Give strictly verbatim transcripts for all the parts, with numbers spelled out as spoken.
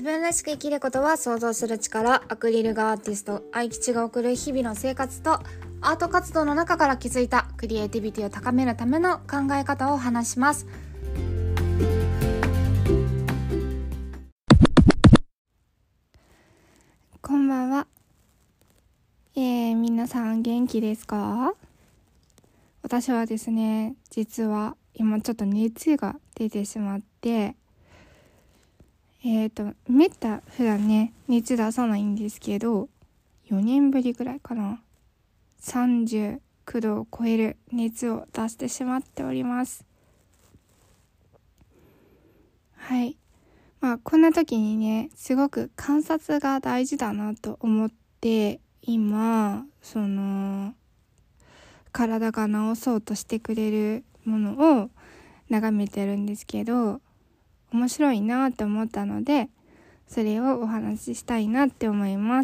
分らしく生きることは想像する力。アクリル画アーティスト愛吉が送る日々の生活とアート活動の中から気づいたクリエイティビティを高めるための考え方を話します。こんばんは。えー、皆さん元気ですか？私はですね、実は今ちょっと熱が出てしまってえーと、めった普段ね、熱出さないんですけど、よねんぶりぐらいかな。さんじゅうきゅうどを超える熱を出してしまっております。はい。まあ、こんな時にね、すごく観察が大事だなと思って、今、その、体が治そうとしてくれるものを眺めてるんですけど、面白いなと思ったので、それをお話ししたいなって思います。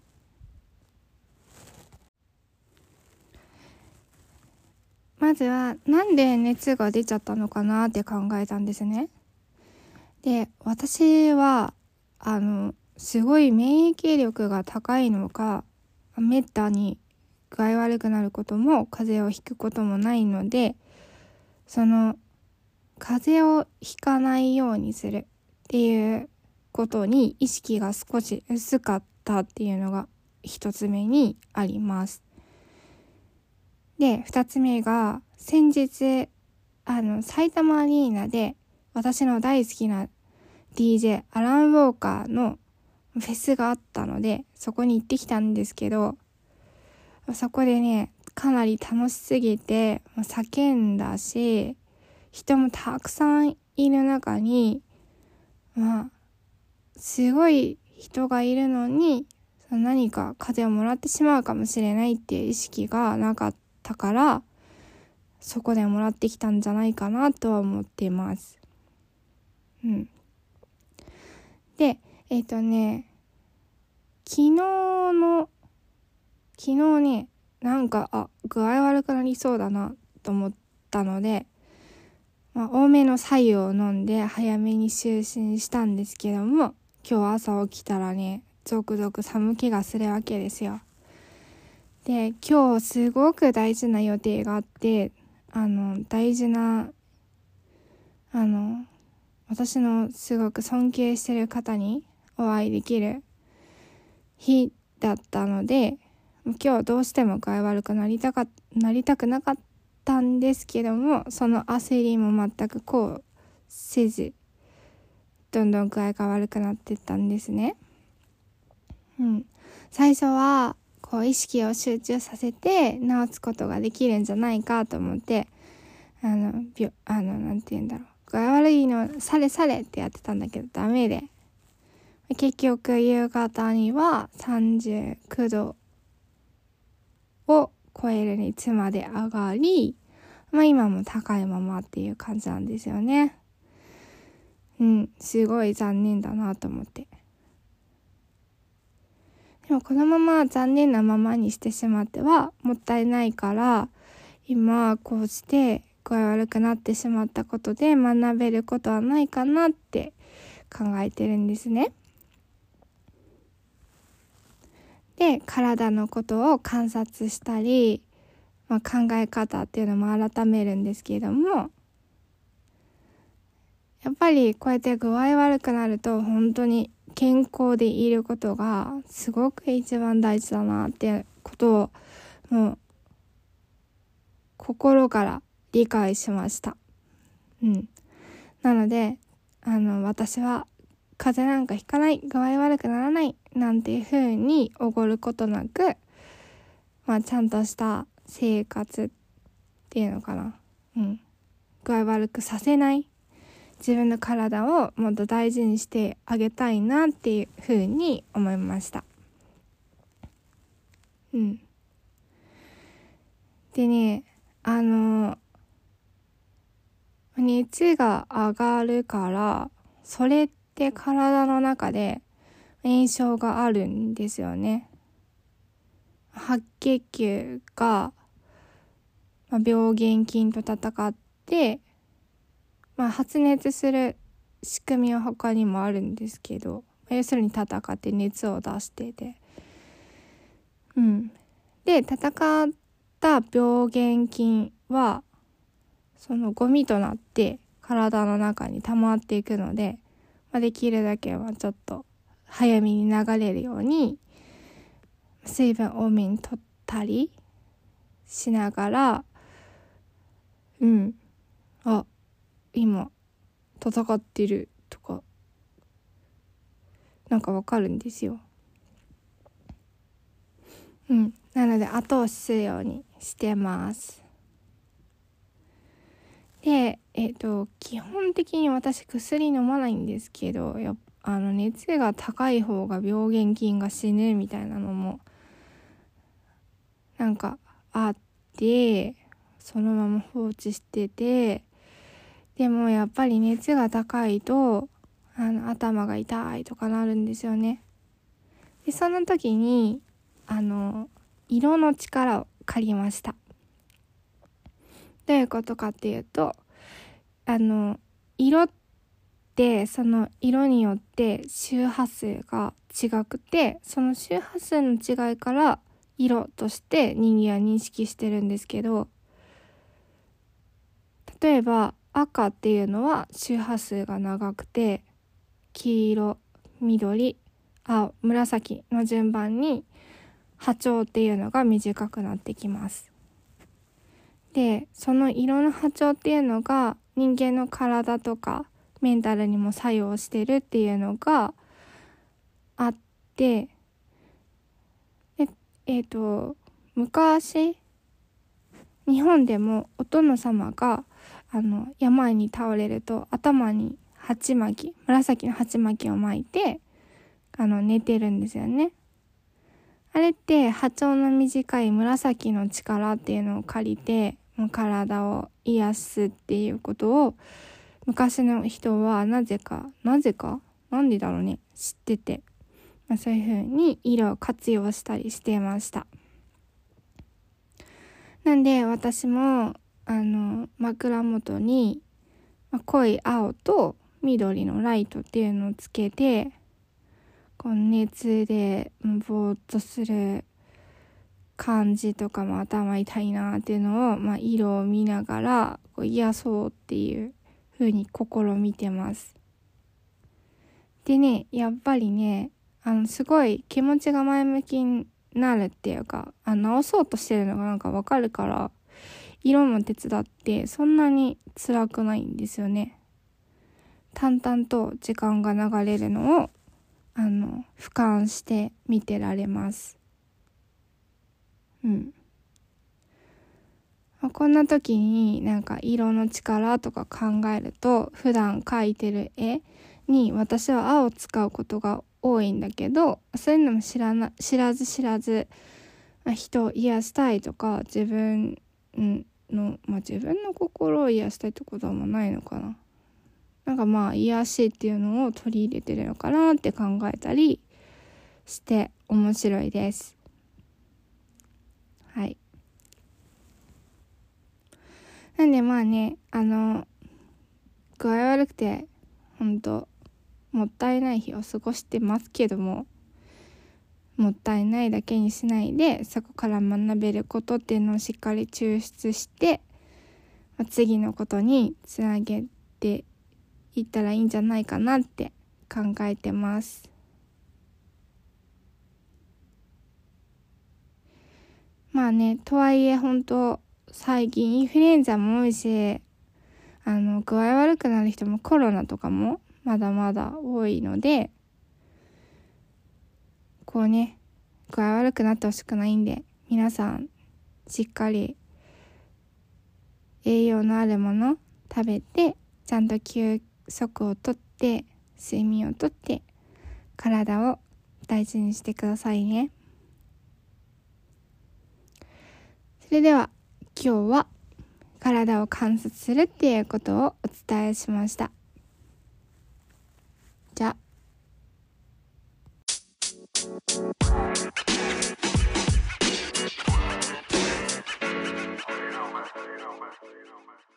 まずはなんで熱が出ちゃったのかなって考えたんですね。で、私はあのすごい免疫力が高いのか、めったに具合悪くなることも風邪をひくこともないので、その風邪をひかないようにするっていうことに意識が少し薄かったっていうのが一つ目にあります。で、二つ目が先日あの埼玉アリーナで私の大好きな ディージェー アラン・ウォーカーのフェスがあったので、そこに行ってきたんですけど、そこでね、かなり楽しすぎて叫んだし、人もたくさんいる中に、まあすごい人がいるのに何か風邪をもらってしまうかもしれないっていう意識がなかったから、そこでもらってきたんじゃないかなとは思っています。うん。で、えっとね、昨日の昨日ね、なんかあ具合悪くなりそうだなと思ったので、まあ、多めの白湯を飲んで早めに就寝したんですけども、今日朝起きたらね、ゾクゾク寒気がするわけですよ。で、今日すごく大事な予定があって、あの大事なあの私のすごく尊敬してる方にお会いできる日だったので、今日どうしても具合悪くなりたかなりたくなかったんですけども、その焦りも全くこうせず、どんどん具合が悪くなっていったんですね。うん。最初はこう意識を集中させて治すことができるんじゃないかと思って、あのびあのなんて言うんだろう、具合悪いのされされってやってたんだけどダメで、結局夕方にはさんじゅうきゅうどを超える熱まで上がり、まあ今も高いままっていう感じなんですよね。うん、すごい残念だなと思って。でもこのまま残念なままにしてしまってはもったいないから、今こうして具合悪くなってしまったことで学べることはないかなって考えてるんですね。で、体のことを観察したり、まあ、考え方っていうのも改めるんですけれども、やっぱりこうやって具合悪くなると本当に健康でいることがすごく一番大事だなってことをもう心から理解しました。うん。なので、あの私は風邪なんかひかない、具合悪くならないなんていう風におごることなく、まあちゃんとした生活っていうのかな。うん。具合悪くさせない。自分の体をもっと大事にしてあげたいなっていう風に思いました。うん。でね、あの、熱が上がるから、それって体の中で炎症があるんですよね。白血球が病原菌と戦って、まあ、発熱する仕組みは他にもあるんですけど、 要するに戦って熱を出してて、うん。で、戦った病原菌は、そのゴミとなって体の中に溜まっていくので、まあ、できるだけはちょっと早めに流れるように、水分多めに取ったりしながら、うん。あ、今、戦ってるとか、なんかわかるんですよ。うん。なので、後押しするようにしてます。で、えっと、基本的に私薬飲まないんですけど、やっあの、熱が高い方が病原菌が死ぬみたいなのも、なんかあって、そのまま放置してて、でもやっぱり熱が高いと、あの、頭が痛いとかなるんですよね。で、その時に、あの、色の力を借りました。どういうことかっていうと、あの、色って、その色によって周波数が違くて、その周波数の違いから色として人間は認識してるんですけど、例えば赤っていうのは周波数が長くて、黄色、緑、青、紫の順番に波長っていうのが短くなってきます。で、その色の波長っていうのが人間の体とかメンタルにも作用してるっていうのがあって、でえっと、昔、日本でもお殿様があの病に倒れると頭に鉢巻き、紫の鉢巻きを巻いてあの寝てるんですよね。あれって波長の短い紫の力っていうのを借りて、もう体を癒すっていうことを昔の人はなぜか、なぜかなんでだろうね、知ってて、まあ、そういう風に色を活用したりしていました。なんで私もあの枕元に、まあ、濃い青と緑のライトっていうのをつけて、こう熱でぼーっとする感じとかも頭痛いなっていうのを、まあ、色を見ながらこう癒そうっていう風に試みてます。でね、やっぱりね、あのすごい気持ちが前向きになるっていうか、あ直そうとしてるのがなんかわかるから、色も手伝ってそんなに辛くないんですよね。淡々と時間が流れるのをあの俯瞰して見てられます。うん。こんな時になんか色の力とか考えると、普段描いてる絵に私は青を使うことが多いんだけど、そういうのも知らな知らず知らず人を癒したいとか、自分のまあ自分の心を癒したいってことはもうないのかな。なんかまあ癒しっていうのを取り入れてるのかなって考えたりして面白いです。はい。なんでまあね、あの具合悪くてほんともったいない日を過ごしてますけども、もったいないだけにしないで、そこから学べることっていうのをしっかり抽出して、まあ、次のことにつなげていったらいいんじゃないかなって考えてます。まあね、とはいえ本当最近インフルエンザも多いし、あの具合悪くなる人もコロナとかもまだまだ多いので、こうね、具合悪くなってほしくないんで、皆さんしっかり栄養のあるもの食べて、ちゃんと休息をとって睡眠をとって体を大事にしてくださいね。それでは今日は体を観察するっていうことをお伝えしました。じゃあ